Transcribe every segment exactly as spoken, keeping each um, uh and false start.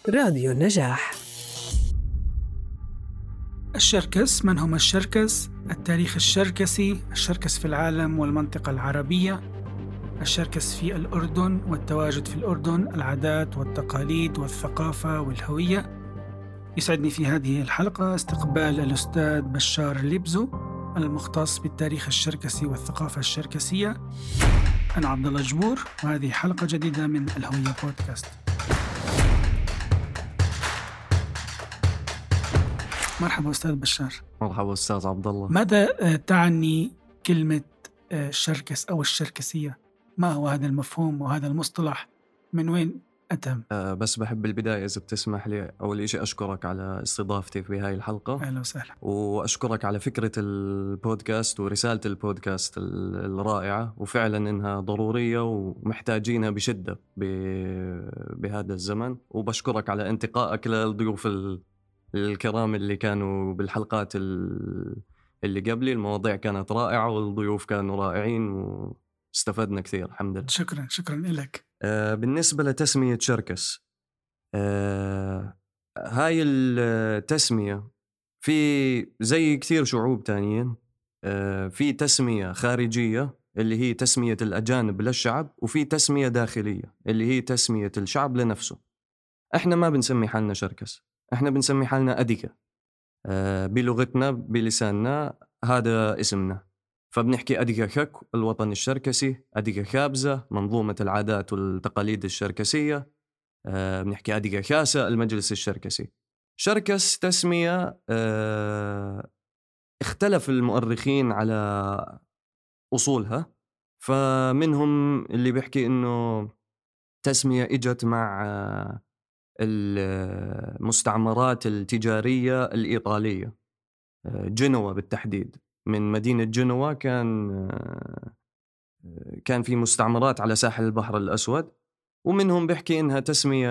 راديو النجاح. الشركس. من هم الشركس؟ التاريخ الشركسي، الشركس في العالم والمنطقة العربية، الشركس في الأردن والتواجد في الأردن، العادات والتقاليد والثقافة والهوية. يسعدني في هذه الحلقة استقبال الأستاذ بشار ليبزو المختص بالتاريخ الشركسي والثقافة الشركسية. أنا عبد الله جبور، وهذه حلقة جديدة من الهوية بودكاست. مرحبا أستاذ بشار. مرحبا أستاذ عبد الله. ماذا تعني كلمة الشركس أو الشركسية؟ ما هو هذا المفهوم وهذا المصطلح؟ من وين أتم؟ أه بس بحب بالبداية إذا بتسمح لي أول شيء أشكرك على استضافتي في هاي الحلقة. أهلا وسهلا. وأشكرك على فكرة البودكاست ورسالة البودكاست الرائعة، وفعلا إنها ضرورية ومحتاجينها بشدة بهذا الزمن. وبشكرك على انتقائك للضيوف الكرام اللي كانوا بالحلقات اللي قبلي. المواضيع كانت رائعة والضيوف كانوا رائعين واستفدنا كثير الحمد لله. شكرا شكرا لك. آه بالنسبة لتسمية شركس، آه هاي التسمية في زي كثير شعوب تانيين، آه في تسمية خارجية اللي هي تسمية الأجانب للشعب، وفي تسمية داخلية اللي هي تسمية الشعب لنفسه. احنا ما بنسمي حالنا شركس، احنا بنسمي حالنا أديكا. آه بلغتنا بلساننا هذا اسمنا، فبنحكي أديكا خك الوطن الشركسي، أديكا خابزة منظومة العادات والتقاليد الشركسية، آه بنحكي أديكا خاسة المجلس الشركسي. شركس تسمية آه اختلف المؤرخين على أصولها، فمنهم اللي بيحكي إنه تسمية إجت مع آه المستعمرات التجارية الإيطالية، جنوة بالتحديد. من مدينة جنوة كان كان في مستعمرات على ساحل البحر الأسود، ومنهم بيحكي إنها تسمية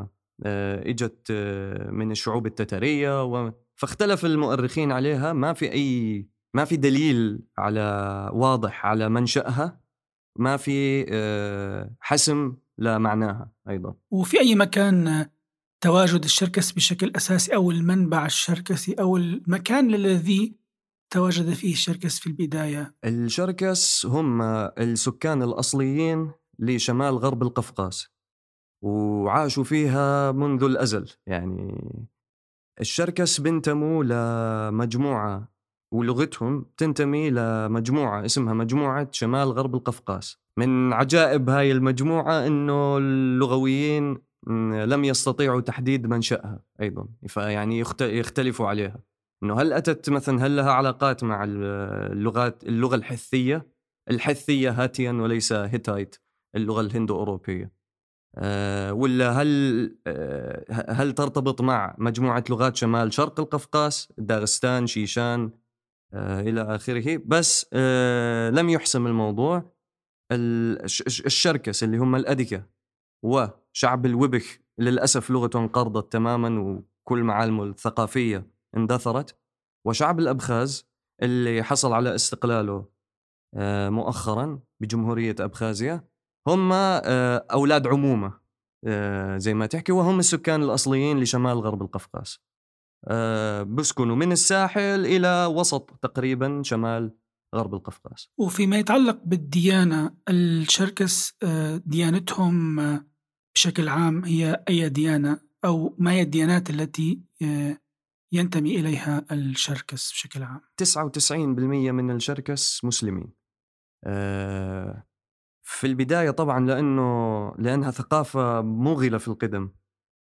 إجت من الشعوب التتارية و... فاختلف المؤرخين عليها. ما في أي ما في دليل على واضح على منشأها، ما في حسم لمعناها أيضا. وفي أي مكان تواجد الشركس بشكل أساسي، أو المنبع الشركسي أو المكان الذي تواجد فيه الشركس في البداية؟ الشركس هم السكان الأصليين لشمال غرب القفقاز، وعاشوا فيها منذ الأزل. يعني الشركس بنتموا لمجموعة، ولغتهم تنتمي لمجموعة اسمها مجموعة شمال غرب القفقاز. من عجائب هاي المجموعة إنه اللغويين لم يستطيعوا تحديد منشأها أيضا، فيعني يختلفوا عليها إنه هل أتت مثلا هل لها علاقات مع اللغات اللغة الحثية الحثية هاتيا وليس هيتايت اللغة الهندو أوروبية، أه ولا هل أه هل ترتبط مع مجموعة لغات شمال شرق القفقاز، داغستان، شيشان، أه إلى آخره. بس أه لم يحسم الموضوع. الشركس اللي هم الأديكا وشعب الوبخ للأسف لغتهم انقرضت تماما وكل معالمه الثقافية اندثرت، وشعب الأبخاز اللي حصل على استقلاله أه مؤخرا بجمهورية أبخازيا هم أه أولاد عمومة أه زي ما تحكي، وهم السكان الأصليين لشمال غرب القفقاز. أه بسكنوا من الساحل إلى وسط تقريبا شمال غرب القفقاز. وفيما يتعلق بالديانة، الشركس ديانتهم بشكل عام هي أي ديانة، أو ما هي الديانات التي ينتمي إليها الشركس بشكل عام؟ تسعة وتسعين بالمئة من الشركس مسلمين. أه في البداية طبعا لأنه لأنها ثقافة مغلة في القدم،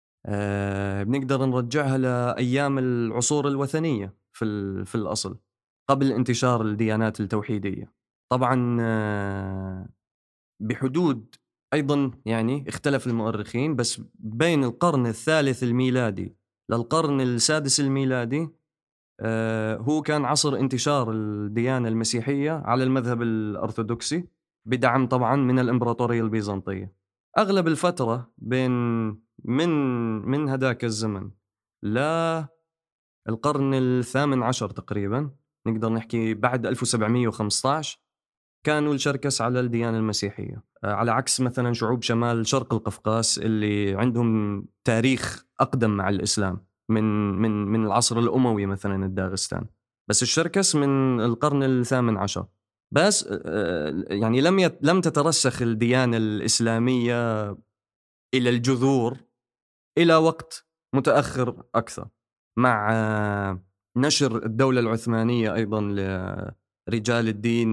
أه بنقدر نرجعها لأيام العصور الوثنية في, في الأصل قبل انتشار الديانات التوحيدية. طبعا أه بحدود أيضا يعني اختلف المؤرخين، بس بين القرن الثالث الميلادي للقرن السادس الميلادي أه هو كان عصر انتشار الديانة المسيحية على المذهب الأرثوذكسي بدعم طبعا من الإمبراطورية البيزنطية. أغلب الفترة بين من من هداك الزمن لا القرن الثامن عشر تقريبا، نقدر نحكي بعد ألف وسبعمية وخمسة عشر، كانوا الشركس على الديانة المسيحية، على عكس مثلا شعوب شمال شرق القفقاس اللي عندهم تاريخ أقدم مع الإسلام من من من العصر الأموي مثلا الداغستان. بس الشركس من القرن الثامن عشر بس، يعني لم يت لم تترسخ الديانة الإسلامية إلى الجذور إلى وقت متأخر أكثر، مع نشر الدولة العثمانية أيضا لرجال الدين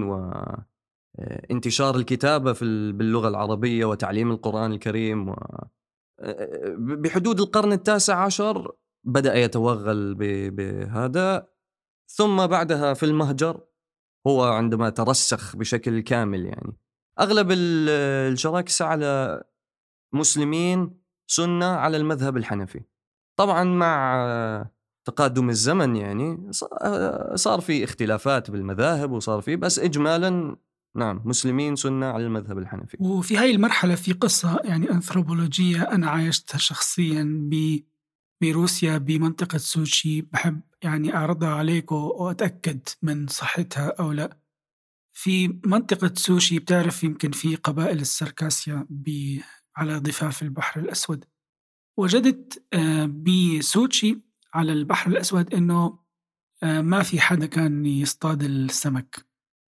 وانتشار الكتابة في باللغة العربية وتعليم القرآن الكريم. بحدود القرن التاسع عشر بدأ يتوغل بهذا، ثم بعدها في المهجر هو عندما ترسخ بشكل كامل. يعني أغلب الشراكسة على مسلمين سنة على المذهب الحنفي. طبعا مع تقادم الزمن يعني صار في اختلافات بالمذاهب وصار في، بس إجمالا نعم مسلمين سنة على المذهب الحنفي. وفي هاي المرحلة في قصة يعني أنثروبولوجية أنا عايشتها شخصيا بروسيا بمنطقة سوتشي، بحب يعني أعرضها عليك وأتأكد من صحتها أو لا. في منطقة سوشي بتعرف يمكن في قبائل السركاسيا على ضفاف البحر الأسود. وجدت بسوتشي على البحر الأسود إنه ما في حدا كان يصطاد السمك.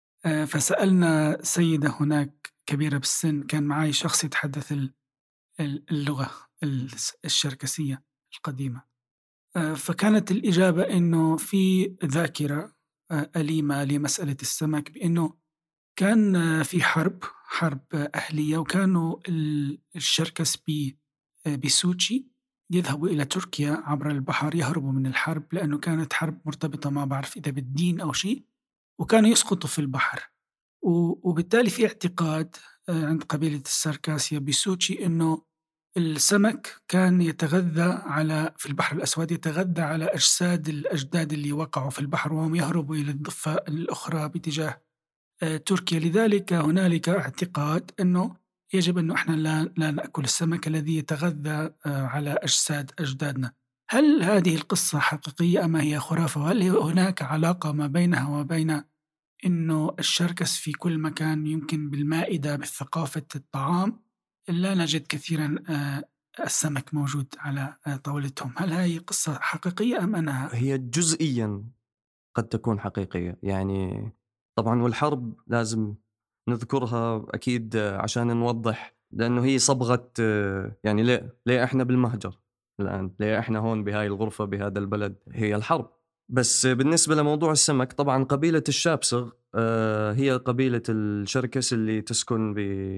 فسألنا سيدة هناك كبيرة بالسن، كان معي شخص يتحدث اللغة الشركسية القديمة، فكانت الإجابة إنه في ذاكرة أليمة لمسألة السمك، بأنه كان في حرب حرب أهلية، وكانوا الشركس بسوتشي يذهبوا إلى تركيا عبر البحر يهربوا من الحرب، لأنه كانت حرب مرتبطة ما بعرف إذا بالدين أو شيء، وكانوا يسقطوا في البحر. وبالتالي في اعتقاد عند قبيلة السركاسيا بسوتشي إنه السمك كان يتغذى على في البحر الأسود يتغذى على أجساد الأجداد اللي وقعوا في البحر وهم يهربوا إلى الضفة الأخرى باتجاه تركيا. لذلك هنالك اعتقاد أنه يجب أنه إحنا لا, لا نأكل السمك الذي يتغذى على أجساد أجدادنا. هل هذه القصة حقيقية أم هي خرافة؟ وهل هناك علاقة ما بينها وبين أنه الشركس في كل مكان يمكن بالمائدة بالثقافة الطعام لا نجد كثيرا السمك موجود على طاولتهم؟ هل هذه قصة حقيقية أم أنها؟ هي جزئيا قد تكون حقيقية يعني طبعا، والحرب لازم نذكرها أكيد عشان نوضح، لأنه هي صبغة يعني ليه ليه إحنا بالمهجر الآن، ليه إحنا هون بهاي الغرفة بهذا البلد، هي الحرب. بس بالنسبة لموضوع السمك، طبعا قبيلة الشابسغ هي قبيلة الشركس اللي تسكن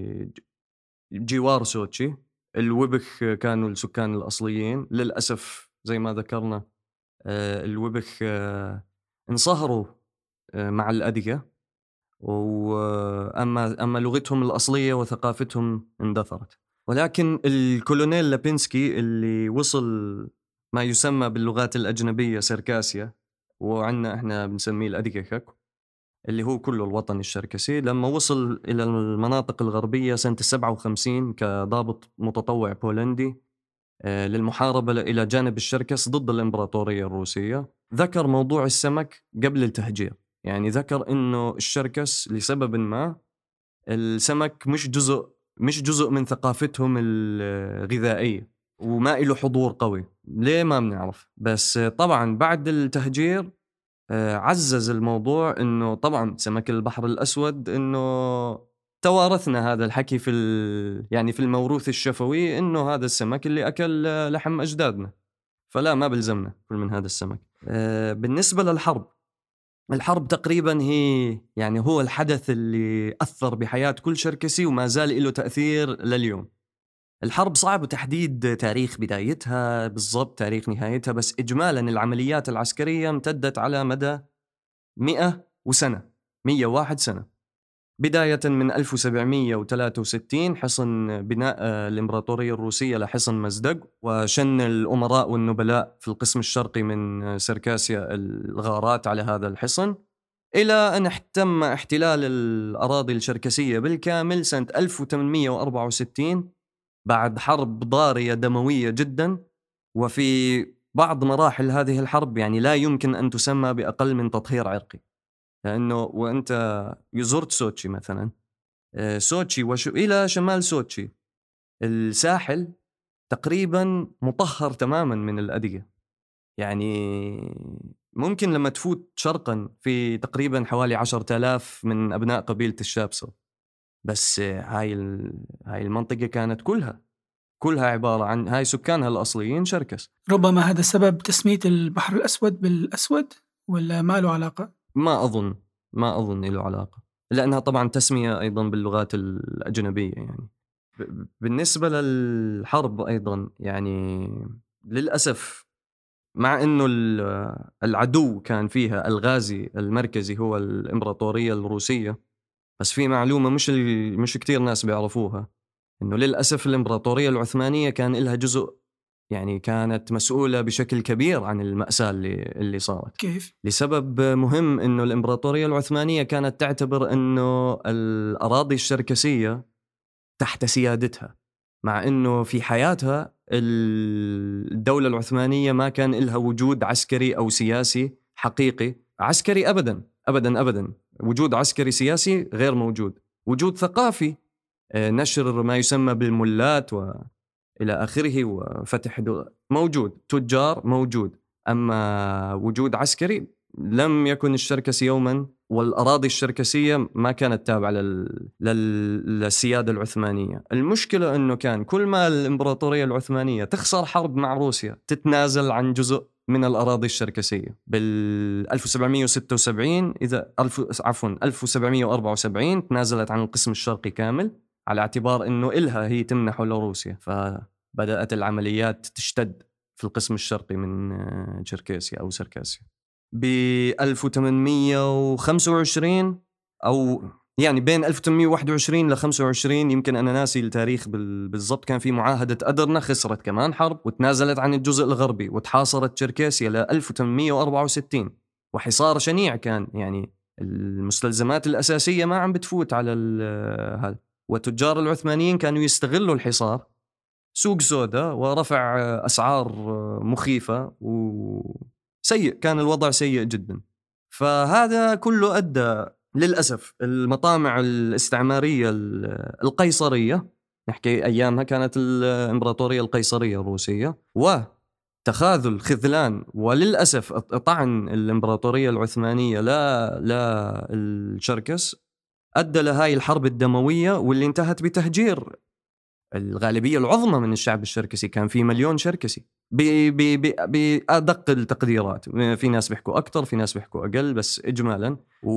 بجوار سوتشي. الوبخ كانوا السكان الأصليين، للأسف زي ما ذكرنا الوبخ انصهروا مع الأدية، وأما أما لغتهم الأصلية وثقافتهم اندثرت. ولكن الكولونيل لابينسكي اللي وصل ما يسمى باللغات الأجنبية سيركاسيا، وعنا إحنا بنسميه الأديكاك اللي هو كله الوطن الشركسي، لما وصل إلى المناطق الغربية سنة سبعة وخمسين كضابط متطوع بولندي للمحاربة إلى جانب الشركس ضد الإمبراطورية الروسية، ذكر موضوع السمك قبل التهجير. يعني ذكر إنه الشركس لسبب ما السمك مش جزء مش جزء من ثقافتهم الغذائية وما له حضور قوي. ليه ما بنعرف، بس طبعا بعد التهجير عزز الموضوع إنه طبعا سمك البحر الأسود، إنه توارثنا هذا الحكي في يعني في الموروث الشفوي إنه هذا السمك اللي أكل لحم أجدادنا، فلا ما بلزمنا كل من هذا السمك. بالنسبة للحرب، الحرب تقريبا هي يعني هو الحدث اللي أثر بحياة كل شركسي وما زال له تأثير لليوم. الحرب صعب تحديد تاريخ بدايتها بالضبط، تاريخ نهايتها، بس إجمالا العمليات العسكرية امتدت على مدى مئة وسنة مئة وواحد سنة، بداية من ألف وسبعمئة وثلاثة وستين حصن بناء الإمبراطورية الروسية لحصن مزدق، وشن الأمراء والنبلاء في القسم الشرقي من سيركاسيا الغارات على هذا الحصن، إلى أن تم احتلال الأراضي الشركسية بالكامل سنة ألف وثمانمئة وأربعة وستين بعد حرب ضارية دموية جدا. وفي بعض مراحل هذه الحرب يعني لا يمكن أن تسمى بأقل من تطهير عرقي. لأنه وأنت زرت سوتشي مثلا، سوتشي وشو إلى شمال سوتشي الساحل تقريبا مطهر تماما من الأدية. يعني ممكن لما تفوت شرقا في تقريبا حوالي عشرة آلاف من أبناء قبيلة الشابسو، بس هاي هاي المنطقة كانت كلها كلها عبارة عن هاي سكانها الأصليين شركس. ربما هذا سبب تسمية البحر الأسود بالأسود، ولا ما له علاقة؟ ما أظن ما أظن له علاقة، لأنها طبعا تسمية أيضا باللغات الأجنبية. يعني بالنسبة للحرب أيضا، يعني للأسف مع أنه العدو كان فيها الغازي المركزي هو الإمبراطورية الروسية، بس في معلومة مش مش كتير ناس بيعرفوها، أنه للأسف الإمبراطورية العثمانية كان لها جزء، يعني كانت مسؤولة بشكل كبير عن المأساة اللي, اللي صارت. كيف؟ لسبب مهم، أنه الإمبراطورية العثمانية كانت تعتبر أنه الأراضي الشركسية تحت سيادتها، مع أنه في حياتها الدولة العثمانية ما كان لها وجود عسكري أو سياسي حقيقي. عسكري أبدا أبدا أبدا، وجود عسكري سياسي غير موجود. وجود ثقافي، نشر ما يسمى بالملات وإلى آخره وفتح دول موجود، تجار موجود، أما وجود عسكري لم يكن الشركسي يوما، والأراضي الشركسية ما كانت تابعة لل... لل... للسيادة العثمانية. المشكلة أنه كان كل ما الإمبراطورية العثمانية تخسر حرب مع روسيا تتنازل عن جزء من الأراضي الشركسية. بال ألف وسبعمية وستة وسبعين إذا ألف عفوا ألف وسبعمية وأربعة وسبعين تنازلت عن القسم الشرقي كامل على اعتبار أنه إلها هي تمنحه لروسيا، فبدأت العمليات تشتد في القسم الشرقي من تشركاسيا أو سركاسيا. ب ألف وثمانمية وخمسة وعشرين أو يعني بين ألف وثمانمية وواحد وعشرين ل خمسة وعشرين، يمكن أنا ناسي التاريخ بالضبط، كان في معاهدة أدرنا خسرت كمان حرب وتنازلت عن الجزء الغربي وتحاصرت تشركاسيا ل ألف وثمانمية وأربعة وستين، وحصار شنيع كان. يعني المستلزمات الأساسية ما عم بتفوت على هذا، وتجار العثمانيين كانوا يستغلوا الحصار سوق سودا ورفع أسعار مخيفة وسيء، كان الوضع سيء جدا. فهذا كله أدى للأسف المطامع الاستعمارية القيصرية، نحكي أيامها كانت الإمبراطورية القيصرية الروسية، وتخاذل خذلان وللأسف طعن الإمبراطورية العثمانية لا لا الشركس أدى لهاي الحرب الدموية، واللي انتهت بتهجير الغالبية العظمى من الشعب الشركسي. كان في مليون شركسي بأدق التقديرات، في ناس بيحكوا أكتر في ناس بيحكوا أقل، بس إجمالا.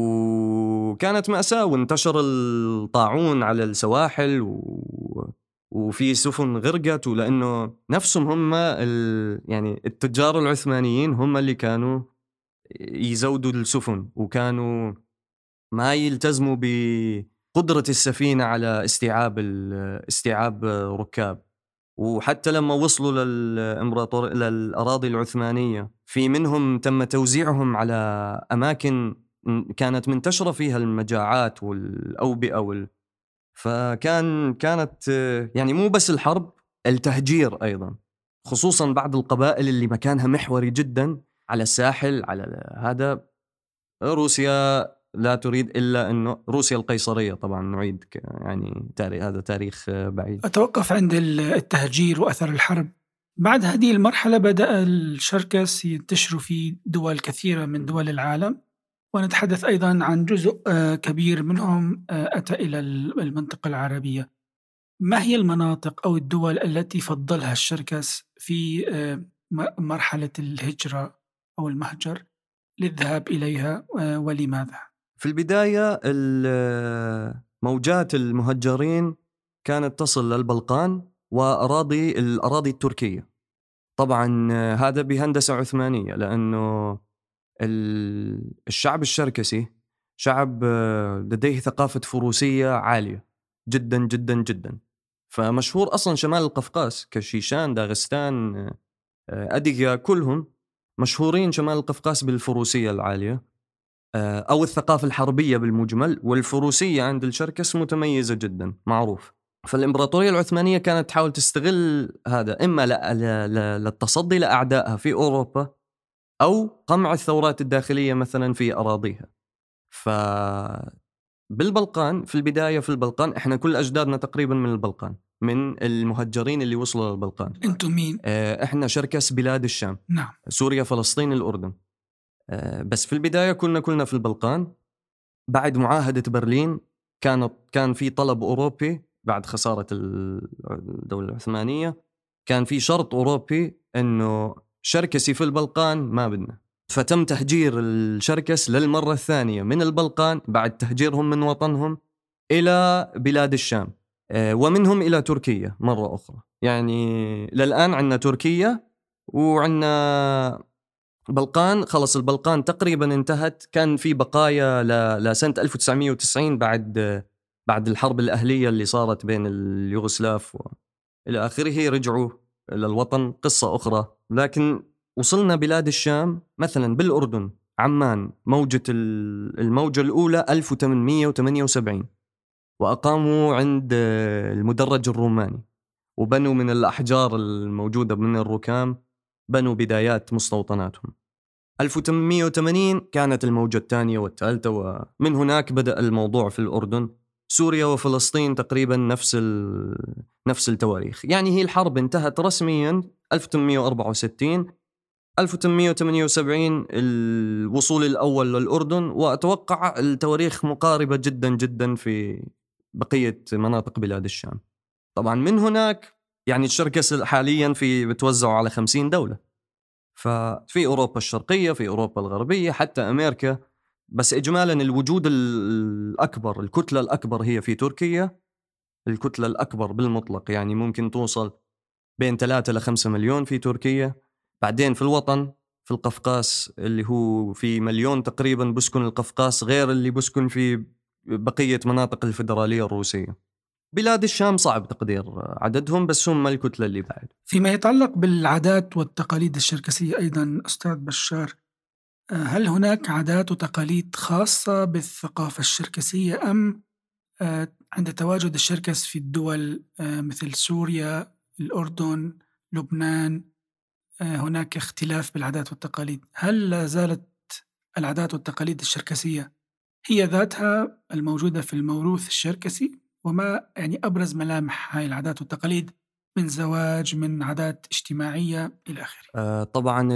وكانت مأساة، وانتشر الطاعون على السواحل و... وفي سفن غرقت، ولأنه نفسهم هم ال... يعني التجار العثمانيين هم اللي كانوا يزودوا السفن، وكانوا ما يلتزموا ب قدرة السفينة على استيعاب استيعاب ركاب. وحتى لما وصلوا للإمبراطور للأراضي العثمانية، في منهم تم توزيعهم على أماكن كانت منتشرة فيها المجاعات والأوبئة وال... فكان كانت يعني مو بس الحرب، التهجير أيضا، خصوصا بعض القبائل اللي مكانها محوري جدا على الساحل. على هذا روسيا لا تريد إلا أنه روسيا القيصرية، طبعا نعيد يعني تاريخ، هذا تاريخ بعيد. أتوقف عند التهجير وأثر الحرب. بعد هذه المرحلة بدأ الشركس ينتشروا في دول كثيرة من دول العالم، ونتحدث أيضا عن جزء كبير منهم أتى إلى المنطقة العربية. ما هي المناطق أو الدول التي فضلها الشركس في مرحلة الهجرة أو المهجر للذهاب إليها، ولماذا؟ في البداية موجات المهجرين كانت تصل للبلقان وأراضي الأراضي التركية. طبعا هذا بهندسة عثمانية، لأنه الشعب الشركسي شعب لديه ثقافة فروسية عالية جدا جدا جدا، فمشهور أصلا شمال القفقاز كشيشان، داغستان، أديغيا، كلهم مشهورين شمال القفقاز بالفروسية العالية أو الثقافة الحربية بالمجمل. والفروسية عند الشركس متميزة جدا، معروف. فالإمبراطورية العثمانية كانت تحاول تستغل هذا، إما للتصدي لأعدائها في أوروبا أو قمع الثورات الداخلية مثلا في أراضيها. فبالبلقان في البداية في البلقان إحنا كل أجدادنا تقريبا من البلقان، من المهجرين اللي وصلوا للبلقان. أنتم مين؟ إحنا شركس بلاد الشام. نعم. سوريا، فلسطين، الأردن. بس في البداية كنا كلنا في البلقان. بعد معاهدة برلين كانت كان في طلب أوروبي بعد خسارة الدولة العثمانية، كان في شرط أوروبي إنه شركسي في البلقان ما بدنا، فتم تهجير الشركس للمرة الثانية من البلقان بعد تهجيرهم من وطنهم إلى بلاد الشام، ومنهم إلى تركيا مرة أخرى. يعني للآن عندنا تركيا وعندنا البلقان. خلص البلقان تقريبا انتهت، كان في بقايا لسنة ألف وتسعمية وتسعين بعد بعد الحرب الأهلية اللي صارت بين اليوغوسلاف إلى آخره، رجعوا للوطن، قصة أخرى. لكن وصلنا بلاد الشام مثلا بالأردن، عمان، موجة الموجة الأولى ألف وثمانمية وثمانية وسبعين، وأقاموا عند المدرج الروماني، وبنوا من الأحجار الموجودة من الركام، بنوا بدايات مستوطناتهم. ألف وثمانمية وثمانين كانت الموجة الثانية والثالثة، ومن هناك بدأ الموضوع في الأردن. سوريا وفلسطين تقريبا نفس نفس التواريخ. يعني هي الحرب انتهت رسميا ألف وثمانمية وأربعة وستين، ألف وثمانمية وثمانية وسبعين الوصول الأول للأردن، وأتوقع التواريخ مقاربة جدا جدا في بقية مناطق بلاد الشام. طبعا من هناك يعني الشركس حاليا في بتوزعوا على خمسين دولة، ففي أوروبا الشرقية، في أوروبا الغربية، حتى أمريكا. بس إجمالا الوجود الأكبر، الكتلة الأكبر هي في تركيا، الكتلة الأكبر بالمطلق، يعني ممكن توصل بين ثلاثة لخمسة مليون في تركيا. بعدين في الوطن في القفقاس اللي هو في مليون تقريبا بسكن القفقاس، غير اللي بسكن في بقية مناطق الفيدرالية الروسية. بلاد الشام صعب تقدير عددهم، بس هم الكتلة اللي بعد. فيما يتعلق بالعادات والتقاليد الشركسية أيضا أستاذ بشار، هل هناك عادات وتقاليد خاصة بالثقافة الشركسية، أم عند تواجد الشركس في الدول مثل سوريا، الأردن، لبنان هناك اختلاف بالعادات والتقاليد؟ هل لا زالت العادات والتقاليد الشركسية هي ذاتها الموجودة في الموروث الشركسي؟ وما يعني أبرز ملامح هاي العادات والتقاليد من زواج، من عادات اجتماعية إلى آخره؟ آه طبعا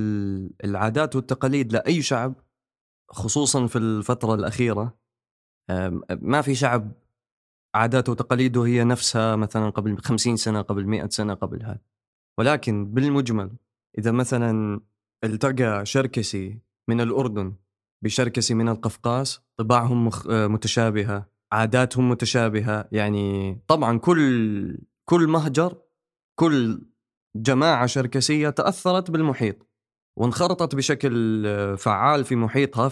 العادات والتقاليد لأي شعب، خصوصا في الفترة الأخيرة، آه ما في شعب عاداته وتقاليده هي نفسها مثلا قبل خمسين سنة، قبل مئة سنة، قبل هذا. ولكن بالمجمل إذا مثلا التقى شركسي من الأردن بشركسي من القفقاس، طباعهم مخ... متشابهة، عاداتهم متشابهة. يعني طبعا كل كل مهجر، كل جماعة شركسية تأثرت بالمحيط وانخرطت بشكل فعال في محيطها،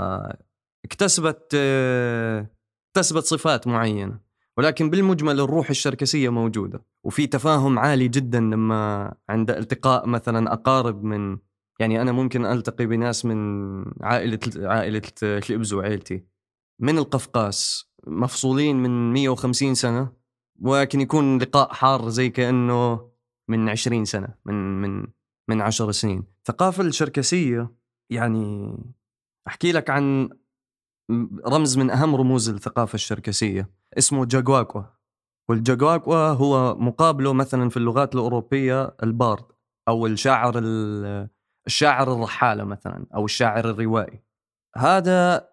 فاكتسبت اكتسبت صفات معينة. ولكن بالمجمل الروح الشركسية موجودة، وفي تفاهم عالي جدا لما عند التقاء مثلا أقارب من، يعني أنا ممكن ألتقي بناس من عائلة عائلة الإبز وعائلتي من القفقاس مفصولين من مية وخمسين سنة، ولكن يكون لقاء حار زي كأنه من عشرين سنة، من من من عشر سنين. الثقافة الشركسية يعني أحكي لك عن رمز من أهم رموز الثقافة الشركسية اسمه جاكواكوا. والجاكواكوا هو مقابله مثلا في اللغات الأوروبية البارد، أو الشاعر الشاعر الرحالة مثلا، أو الشاعر الروائي. هذا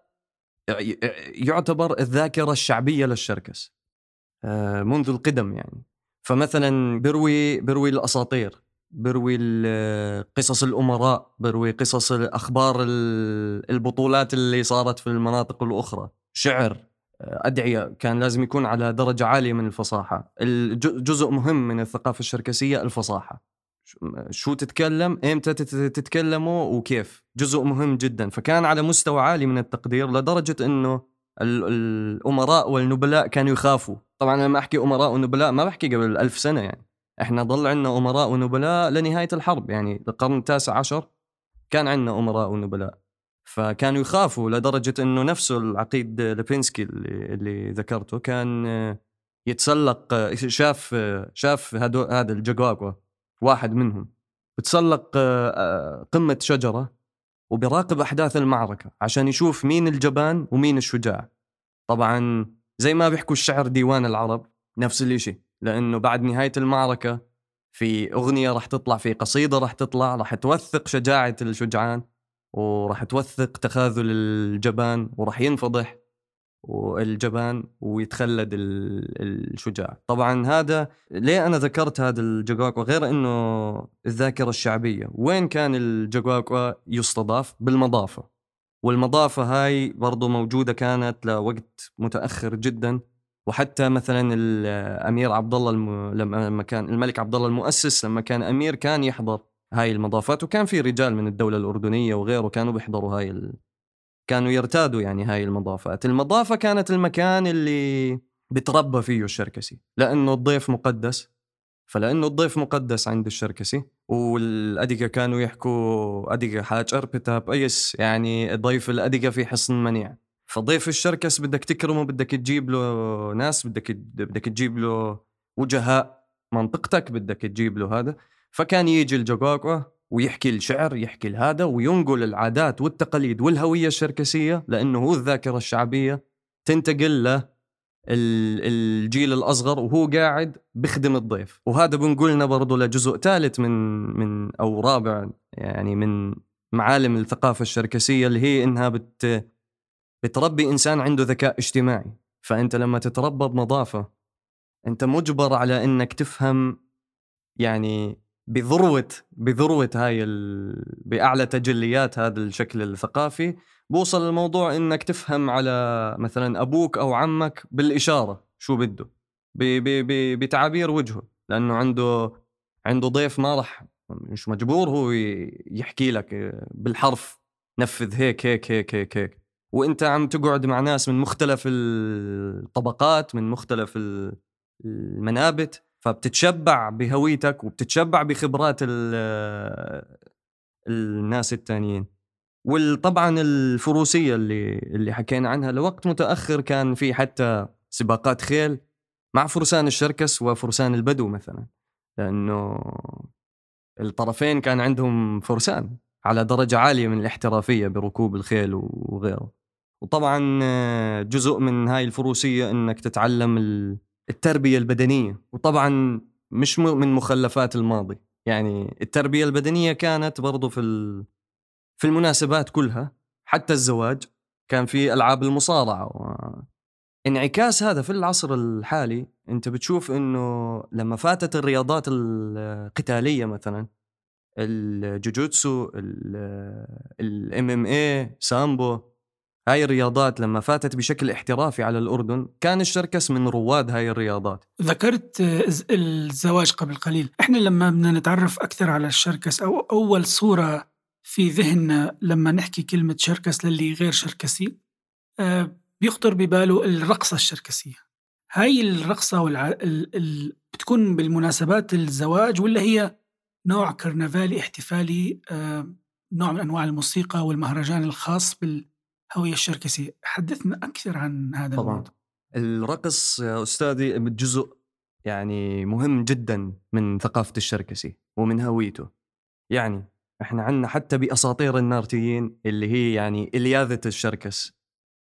يعتبر الذاكرة الشعبية للشركس منذ القدم يعني. فمثلا بروي بروي الأساطير، بروي قصص الأمراء، بروي قصص أخبار البطولات اللي صارت في المناطق الأخرى، شعر، أدعية. كان لازم يكون على درجة عالية من الفصاحة. الجزء مهم من الثقافة الشركسية الفصاحة، شو تتكلم، إمتى تتكلموا، وكيف، جزء مهم جدا. فكان على مستوى عالي من التقدير، لدرجة أنه الأمراء والنبلاء كانوا يخافوا. طبعا لما أحكي أمراء ونبلاء ما بحكي قبل ألف سنة، يعني إحنا ضل عنا أمراء ونبلاء لنهاية الحرب، يعني القرن التاسع عشر كان عنا أمراء ونبلاء. فكانوا يخافوا لدرجة أنه نفسه العقيد ليبينسكي اللي, اللي ذكرته كان يتسلق، شاف شاف هذا الجاكواكوا واحد منهم بتسلق قمة شجرة وبيراقب أحداث المعركة عشان يشوف مين الجبان ومين الشجاع. طبعا زي ما بيحكوا الشعر ديوان العرب نفس الاشي، لأنه بعد نهاية المعركة في أغنية رح تطلع، في قصيدة رح تطلع، رح توثق شجاعة الشجعان ورح توثق تخاذل الجبان، ورح ينفضح والجبان ويتخلد الشجاع. طبعا هذا ليه أنا ذكرت هذا الجاكواكوا، غير أنه الذاكرة الشعبية. وين كان الجاكواكوا يستضاف؟ بالمضافة، والمضافة هاي برضو موجودة كانت لوقت متأخر جدا. وحتى مثلا الأمير عبد الله الم... لما كان الملك عبد الله المؤسس لما كان أمير كان يحضر هاي المضافات، وكان في رجال من الدولة الأردنية وغيره كانوا بيحضروا هاي ال... كانوا يرتادوا يعني هاي المضافات. المضافة كانت المكان اللي بتربى فيه الشركسي، لأنه الضيف مقدس. فلأنه الضيف مقدس عند الشركسي، والأدقة كانوا يحكوا أدقة حاجر بتاب أيس، يعني ضيف الأدقة في حصن منيع. فضيف الشركس بدك تكرمه، بدك تجيب له ناس، بدك بدك تجيب له وجهاء منطقتك، بدك تجيب له هذا. فكان يجي الجاكواكوا ويحكي الشعر، يحكي هذا، وينقل العادات والتقاليد والهوية الشركسية، لأنه هو الذاكرة الشعبية تنتقل له الجيل الأصغر وهو قاعد بخدم الضيف. وهذا بنقولنا برضو لجزء ثالث من من أو رابع يعني من معالم الثقافة الشركسية، اللي هي إنها بت بتربي إنسان عنده ذكاء اجتماعي. فأنت لما تتربى بنظافة أنت مجبر على إنك تفهم يعني بذروة بذروة هاي ال... بأعلى تجليات هذا الشكل الثقافي. بوصل الموضوع إنك تفهم على مثلا أبوك أو عمك بالإشارة شو بده، ب... ب... ب... بتعابير وجهه، لأنه عنده عنده ضيف ما رح مش مجبور هو يحكي لك بالحرف نفذ هيك هيك هيك هيك هيك. وإنت عم تقعد مع ناس من مختلف الطبقات، من مختلف المنابت، فبتتشبع بهويتك وبتتشبع بخبرات الناس التانيين. وطبعا الفروسية اللي اللي حكينا عنها لوقت متأخر، كان في حتى سباقات خيل مع فرسان الشركس وفرسان البدو مثلا، لأنه الطرفين كان عندهم فرسان على درجة عالية من الاحترافية بركوب الخيل وغيره. وطبعا جزء من هاي الفروسية إنك تتعلم التربية البدنية، وطبعا مش من مخلفات الماضي. يعني التربية البدنية كانت برضو في في المناسبات كلها، حتى الزواج كان في ألعاب المصارعة. انعكاس هذا في العصر الحالي انت بتشوف انه لما فاتت الرياضات القتالية مثلا الجوجوتسو، الام ام اي، سامبو، هاي الرياضات لما فاتت بشكل احترافي على الأردن كان الشركس من رواد هاي الرياضات. ذكرت الزواج قبل قليل. احنا لما بدنا نتعرف أكثر على الشركس، أو أول صورة في ذهننا لما نحكي كلمة شركس للي غير شركسي بيخطر بباله الرقصة الشركسية. هاي الرقصة والع... ال... ال... بتكون بالمناسبات الزواج، ولا هي نوع كرنفالي احتفالي، آه... نوع من أنواع الموسيقى والمهرجان الخاص بالهوية الشركسية؟ حدثنا أكثر عن هذا طبعا الموضوع. الرقص يا أستاذي جزء يعني مهم جدا من ثقافة الشركسي ومن هويته. يعني احنا عندنا حتى بأساطير النارتيين اللي هي يعني إلياذة الشركس،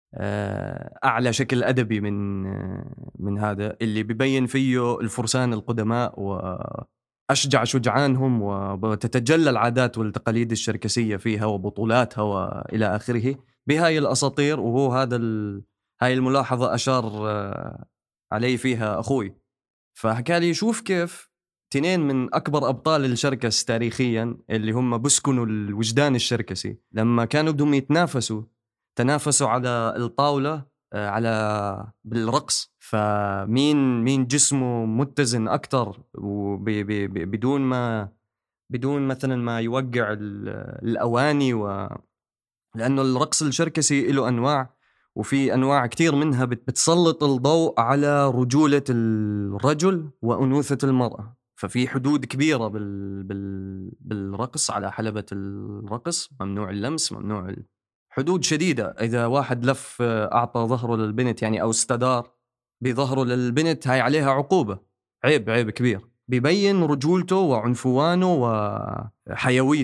أعلى شكل أدبي من من هذا اللي بيبين فيه الفرسان القدماء وأشجع شجعانهم، وتتجلى العادات والتقاليد الشركسية فيها وبطولاتها وإلى آخره بهاي الأساطير. وهو هذا ال... هاي الملاحظة أشار علي فيها أخوي، فحكى لي شوف كيف تنين من أكبر أبطال الشركس تاريخيا اللي هم بسكنوا الوجدان الشركسي لما كانوا بدهم يتنافسوا تنافسوا على الطاولة على بالرقص، فمين مين جسمه متزن أكتر وبدون ما بدون مثلا ما يوقع الأواني. و لأنه الرقص الشركسي له أنواع، وفي أنواع كتير منها بتسلط الضوء على رجولة الرجل وأنوثة المرأة. ففي حدود كبيرة بال... بال... بالرقص على حلبة الرقص، ممنوع اللمس، ممنوع ال... حدود شديدة. إذا واحد لف أعطى ظهره للبنت يعني أو استدار بظهره للبنت هاي عليها عقوبة، عيب عيب كبير، بيبين رجولته وعنفوانه وحيويته.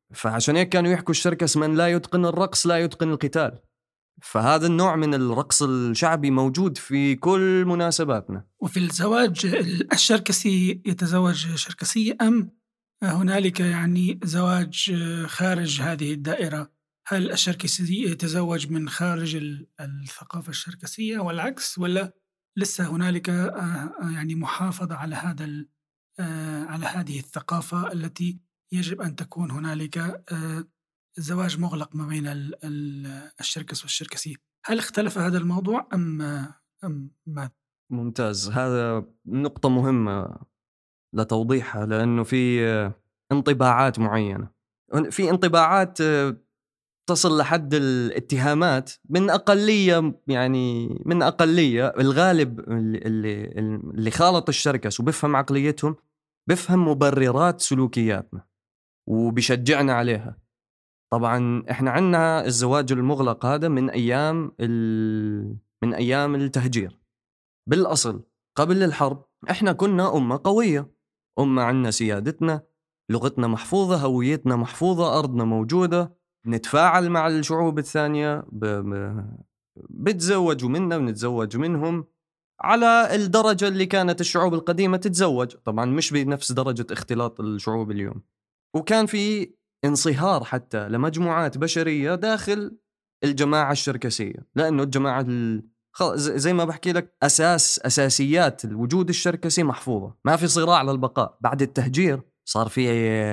فعشان هيك كانوا يحكوا الشركس: من لا يتقن الرقص لا يتقن القتال. فهذا النوع من الرقص الشعبي موجود في كل مناسباتنا. وفي الزواج الشركسي يتزوج شركسية أم هنالك يعني زواج خارج هذه الدائرة؟ هل الشركسي يتزوج من خارج الثقافة الشركسية والعكس، ولا لسه هنالك يعني محافظة على هذا على هذه الثقافة التي يجب أن تكون هنالك زواج مغلق ما بين الشركس والشركسية؟ هل اختلف هذا الموضوع أم أم ما؟ ممتاز، هذا نقطة مهمة لتوضيحها، لأنه في انطباعات معينة، في انطباعات تصل لحد الاتهامات من أقلية، يعني من أقلية. الغالب اللي, اللي خالط الشركس وبفهم عقليتهم بفهم مبررات سلوكياتنا وبيشجعنا عليها. طبعا احنا عنا الزواج المغلق هذا من أيام من أيام التهجير. بالأصل قبل الحرب احنا كنا أمة قوية، أمة عنا سيادتنا، لغتنا محفوظة، هويتنا محفوظة، أرضنا موجودة، نتفاعل مع الشعوب الثانية، ب... ب... بتزوجوا منا ونتزوج منهم على الدرجة اللي كانت الشعوب القديمة تتزوج. طبعا مش بنفس درجة اختلاط الشعوب اليوم. وكان في انصهار حتى لمجموعات بشرية داخل الجماعة الشركسية، لأنه الجماعة ال... زي ما بحكي لك أساس أساسيات الوجود الشركسي محفوظة، ما في صراع للبقاء. بعد التهجير صار في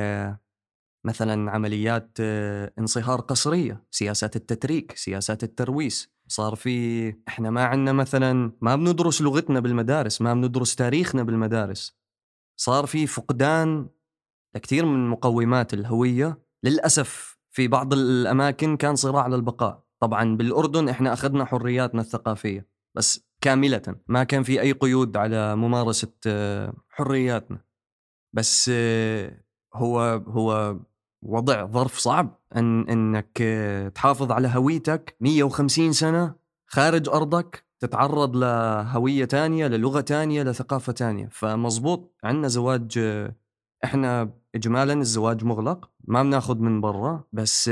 مثلا عمليات انصهار قسرية، سياسات التتريك، سياسات الترويس. صار في احنا ما عندنا مثلا، ما بندرس لغتنا بالمدارس، ما بندرس تاريخنا بالمدارس. صار في فقدان لكثير من مقومات الهوية. للأسف في بعض الأماكن كان صراع للبقاء. طبعا بالأردن احنا أخذنا حرياتنا الثقافية بس كاملة، ما كان في أي قيود على ممارسة حرياتنا. بس هو هو وضع ظرف صعب أن أنك تحافظ على هويتك مية وخمسين سنة خارج أرضك، تتعرض لهوية تانية، للغة تانية، لثقافة تانية. فمزبوط عندنا زواج، احنا إجمالا الزواج مغلق، ما بناخد من برا، بس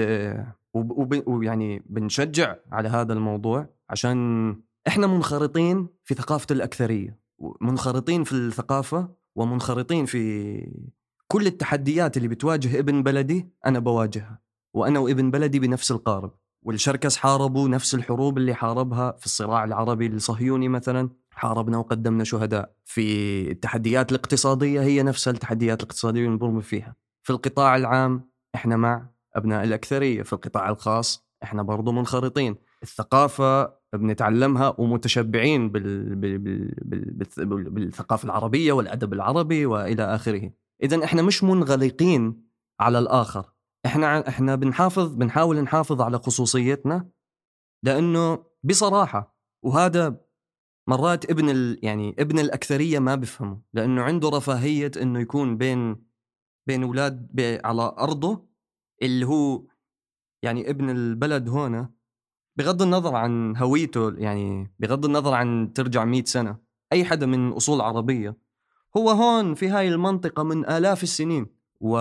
ويعني بنشجع على هذا الموضوع عشان احنا منخرطين في ثقافة الأكثرية، منخرطين في الثقافة، ومنخرطين في كل التحديات اللي بتواجه ابن بلدي أنا بواجهها، وأنا وابن بلدي بنفس القارب. والشركس حاربوا نفس الحروب اللي حاربها في الصراع العربي الصهيوني مثلا، حاربنا وقدمنا شهداء. في التحديات الاقتصادية هي نفسها التحديات الاقتصادية اللي نمر فيها. في القطاع العام احنا مع أبناء الأكثرية، في القطاع الخاص احنا برضو منخرطين. الثقافة بنتعلمها ومتشبعين بال... بال... بال... بال... بالثقافة العربية والأدب العربي وإلى آخره. إذن إحنا مش منغلقين على الآخر، إحنا إحنا بنحافظ بنحاول نحافظ على خصوصيتنا، لأنه بصراحة وهذا مرات ابن ال... يعني ابن الأكثرية ما بفهمه، لأنه عنده رفاهية إنه يكون بين بين أولاد ب... على أرضه اللي هو يعني ابن البلد هنا، بغض النظر عن هويته، يعني بغض النظر عن ترجع مئة سنة أي حدا من أصول عربية، هو هون في هاي المنطقة من آلاف السنين و...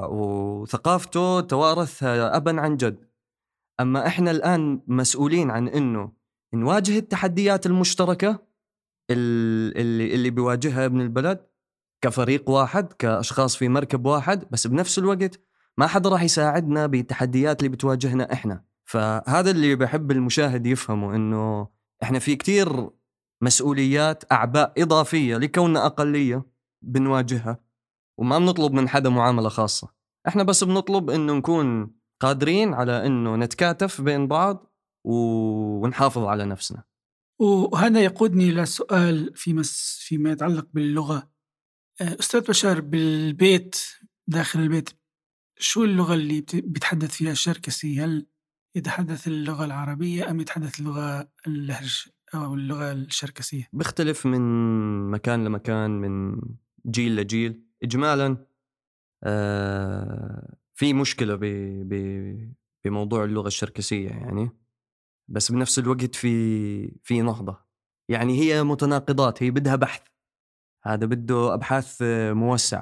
وثقافته توارثها أبا عن جد. أما إحنا الآن مسؤولين عن إنه نواجه التحديات المشتركة اللي, اللي بيواجهها ابن البلد كفريق واحد، كأشخاص في مركب واحد، بس بنفس الوقت ما حدا راح يساعدنا بالتحديات اللي بتواجهنا إحنا. فهذا اللي بحب المشاهد يفهمه، إنه إحنا في كتير مسؤوليات، أعباء إضافية لكوننا أقلية بنواجهها، وما بنطلب من حدا معاملة خاصة. إحنا بس بنطلب إنه نكون قادرين على إنه نتكاتف بين بعض ونحافظ على نفسنا. وهذا يقودني إلى سؤال فيما فيما يتعلق باللغة. أستاذ بشار، بالبيت داخل البيت شو اللغة اللي بيتحدث فيها الشركسي؟ هل يتحدث اللغة العربية أم يتحدث اللغة اللهج أو اللغة الشركسية؟ بيختلف من مكان لمكان، من جيل لجيل. إجمالا آه في مشكلة بموضوع اللغة الشركسية يعني، بس بنفس الوقت في في نهضة. يعني هي متناقضات، هي بدها بحث، هذا بده أبحاث موسعة.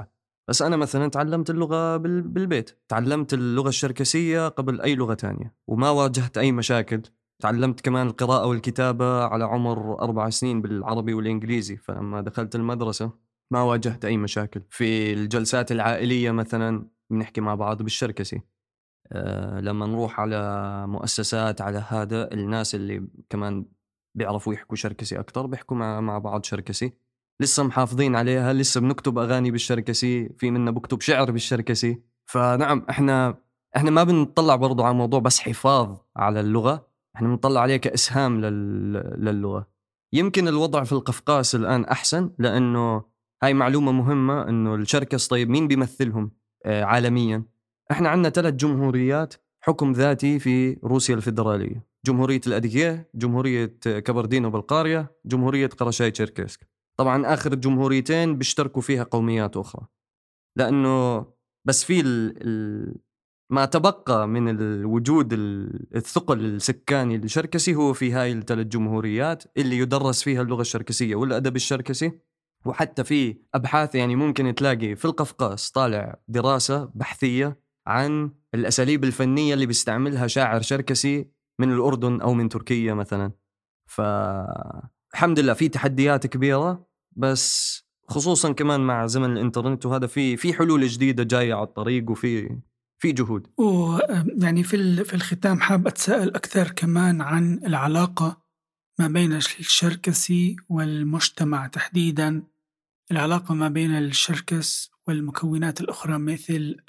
بس أنا مثلا تعلمت اللغة بالبيت، تعلمت اللغة الشركسية قبل أي لغة تانية وما واجهت أي مشاكل. تعلمت كمان القراءة والكتابة على عمر أربع سنين بالعربي والإنجليزي، فلما دخلت المدرسة ما واجهت أي مشاكل. في الجلسات العائلية مثلا بنحكي مع بعض بالشركسي. أه لما نروح على مؤسسات، على هذا الناس اللي كمان بيعرفوا يحكوا شركسي أكتر بيحكوا مع, مع بعض شركسي، لسه محافظين عليها، لسه بنكتب أغاني بالشركسي، في منا بكتب شعر بالشركسي. فنعم إحنا إحنا ما بنطلع برضو على موضوع بس حفاظ على اللغة، إحنا بنطلع عليه كإسهام لل... للغة. يمكن الوضع في القفقاس الآن أحسن، لأنه هاي معلومة مهمة إنه الشركس طيب مين بيمثلهم آه عالميا؟ إحنا عندنا ثلاث جمهوريات حكم ذاتي في روسيا الفيدرالية: جمهورية الأديكيه، جمهورية كبردينو بلقاريا، جمهورية قرشاي تشيركسك. طبعا آخر الجمهوريتين بيشتركوا فيها قوميات أخرى، لأنه بس في ال ال ما تبقى من الوجود الثقل السكاني الشركسي هو في هاي الثلاث جمهوريات اللي يدرس فيها اللغة الشركسية والأدب الشركسي. وحتى في أبحاث يعني ممكن تلاقي في القفقاس طالع دراسة بحثية عن الأساليب الفنية اللي بيستعملها شاعر شركسي من الأردن أو من تركيا مثلا. فالحمد لله في تحديات كبيرة، بس خصوصا كمان مع زمن الإنترنت وهذا في في حلول جديدة جاية على الطريق وفي في جهود. ويعني في في الختام حاب أتساءل أكثر كمان عن العلاقة ما بين الشركسي والمجتمع تحديدا، العلاقة ما بين الشركس والمكونات الأخرى مثل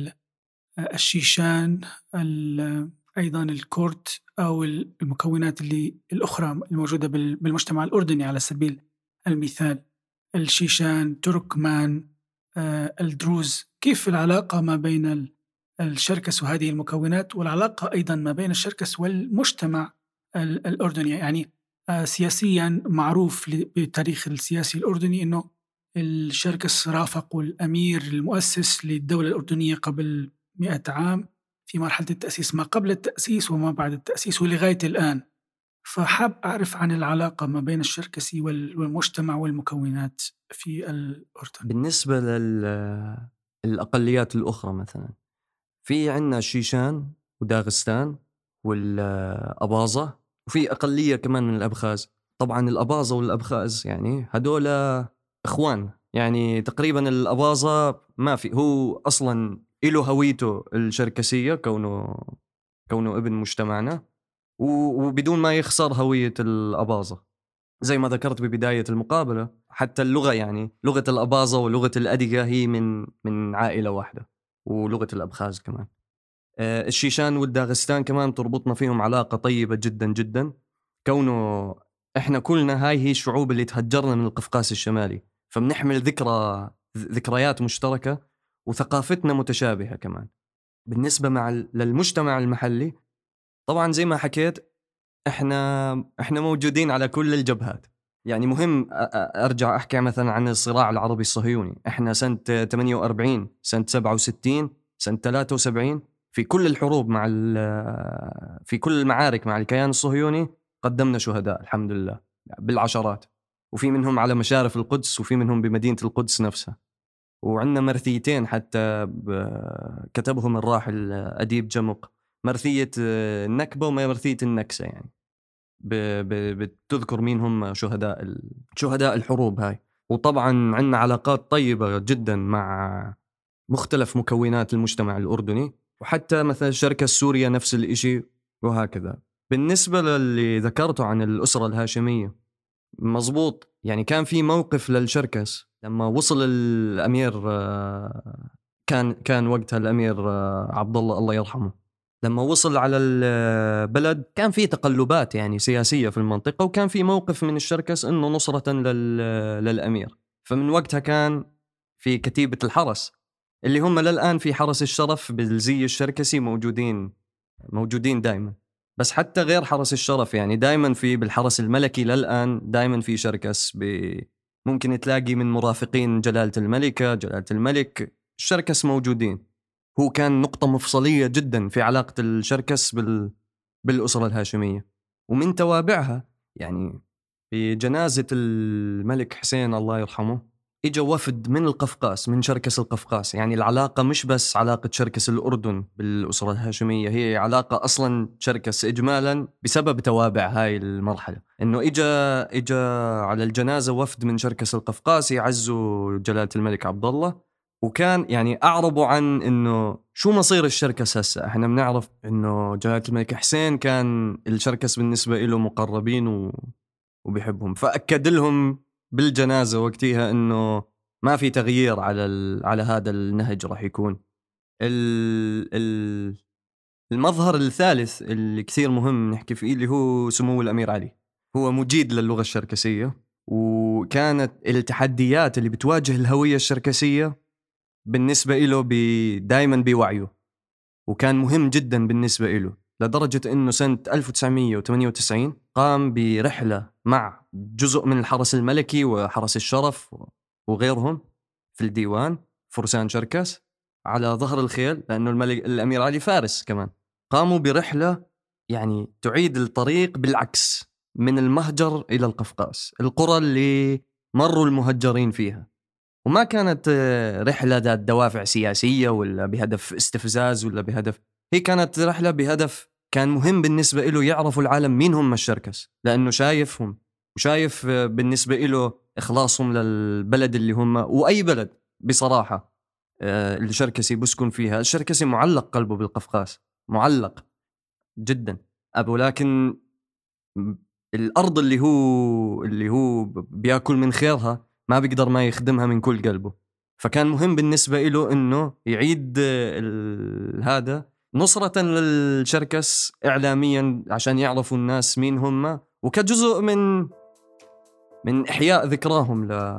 الشيشان، أيضا الكرد أو المكونات اللي الأخرى الموجودة بالمجتمع الأردني على سبيل المثال، الشيشان، تركمان، الدروز. كيف العلاقة ما بين الشركس وهذه المكونات، والعلاقة أيضا ما بين الشركس والمجتمع الأردني؟ يعني سياسيا معروف بالتاريخ السياسي الأردني أنه الشركس رافقوا الأمير المؤسس للدولة الأردنية قبل مئة عام في مرحلة التأسيس، ما قبل التأسيس وما بعد التأسيس ولغاية الآن. فحاب أعرف عن العلاقة ما بين الشركسي والمجتمع والمكونات في الأردن. بالنسبة للأقليات الأخرى مثلا في عنا الشيشان وداغستان والأباظة، وفي أقلية كمان من الأبخاز. طبعا الأباظة والأبخاز يعني هدول إخوان، يعني تقريبا الأباظة ما في، هو أصلا إله هويته الشركسية كونه كونه ابن مجتمعنا، وبدون ما يخسر هوية الأباظة. زي ما ذكرت ببداية المقابلة حتى اللغة، يعني لغة الأباظة ولغة الأديكة هي من من عائلة واحدة، ولغة الأبخاز كمان. الشيشان والداغستان كمان تربطنا فيهم علاقة طيبة جدا جدا، كونه إحنا كلنا هاي هي الشعوب اللي تهجرنا من القفقاس الشمالي، فبنحمل ذكرى ذكريات مشتركة وثقافتنا متشابهة كمان. بالنسبة مع للمجتمع المحلي طبعا زي ما حكيت إحنا إحنا موجودين على كل الجبهات. يعني مهم أرجع أحكي مثلا عن الصراع العربي الصهيوني، إحنا سنة ثمانية وأربعين، سنة سبعة وستين، سنة ثلاثة وسبعين، في كل الحروب مع في كل المعارك مع الكيان الصهيوني قدمنا شهداء الحمد لله بالعشرات، وفي منهم على مشارف القدس وفي منهم بمدينة القدس نفسها. وعندنا مرثيتين حتى كتبهم الراحل أديب جمق، مرثية النكبة ومرثية النكسة، يعني بتذكر مين هم شهداء شهداء الحروب هاي. وطبعا عندنا علاقات طيبة جدا مع مختلف مكونات المجتمع الأردني، وحتى مثلا الشركة السورية نفس الإشي وهكذا. بالنسبة للي ذكرته عن الأسرة الهاشمية مزبوط، يعني كان في موقف للشركس لما وصل الأمير، كان كان وقتها الأمير عبد الله الله يرحمه، لما وصل على البلد كان في تقلبات يعني سياسية في المنطقة، وكان في موقف من الشركس إنه نصرة للأمير. فمن وقتها كان في كتيبة الحرس اللي هم للآن في حرس الشرف بالزي الشركسي موجودين موجودين دائما. بس حتى غير حرس الشرف يعني دائما في بالحرس الملكي للآن دائما في شركس، ممكن تلاقي من مرافقين جلالة الملكة جلالة الملك الشركس موجودين. هو كان نقطة مفصلية جدا في علاقة الشركس بال... بالأسرة الهاشمية. ومن توابعها يعني في جنازة الملك حسين الله يرحمه إجا وفد من القفقاس، من شركس القفقاس. يعني العلاقة مش بس علاقة شركس الأردن بالأسرة الهاشمية، هي علاقة أصلا شركس إجمالا بسبب توابع هاي المرحلة. إنه إجا إجا على الجنازة وفد من شركس القفقاس يعزوا جلالة الملك عبد الله، وكان يعني أعربوا عن إنه شو مصير الشركس هسه. إحنا بنعرف إنه جلالة الملك حسين كان الشركس بالنسبة له مقربين و... وبيحبهم، فأكد لهم بالجنازة وقتها إنه ما في تغيير على ال... على هذا النهج راح يكون. ال... ال... المظهر الثالث اللي كثير مهم نحكي فيه اللي هو سمو الأمير علي. هو مجيد للغة الشركسية، وكانت التحديات اللي بتواجه الهوية الشركسية بالنسبة له ب... دايما بوعيه، وكان مهم جدا بالنسبة له، لدرجة أنه سنة ألف وتسعمية وثمانية وتسعين قام برحلة مع جزء من الحرس الملكي وحرس الشرف وغيرهم في الديوان، فرسان شركس على ظهر الخيل، لأنه الملك الأمير علي فارس كمان. قاموا برحلة يعني تعيد الطريق بالعكس من المهجر إلى القفقاس، القرى اللي مروا المهجرين فيها. وما كانت رحلة ذات دوافع سياسية ولا بهدف استفزاز ولا بهدف، هي كانت رحلة بهدف كان مهم بالنسبة له يعرفوا العالم مين هم الشركس، لأنه شايفهم وشايف بالنسبة له إخلاصهم للبلد اللي هم، وأي بلد بصراحة الشركسي بسكن فيها. الشركسي معلق قلبه بالقفقاس، معلق جدا أبو، لكن الأرض اللي هو اللي هو بيأكل من خيرها ما بيقدر ما يخدمها من كل قلبه. فكان مهم بالنسبة له إنه يعيد هذا نصرة للشركس إعلاميا عشان يعرفوا الناس مين هم، وكجزء من من إحياء ذكراهم ل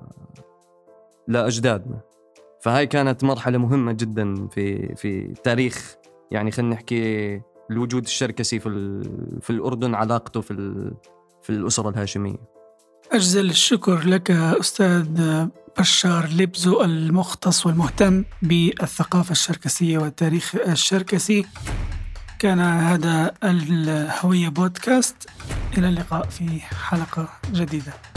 لأجدادنا. فهاي كانت مرحلة مهمة جدا في في تاريخ، يعني خلينا نحكي الوجود الشركسي في في الأردن، علاقته في في الأسرة الهاشمية. أجزل الشكر لك أستاذ بشار لبزو، المختص والمهتم بالثقافة الشركسية والتاريخ الشركسي. كان هذا الهوية بودكاست، إلى اللقاء في حلقة جديدة.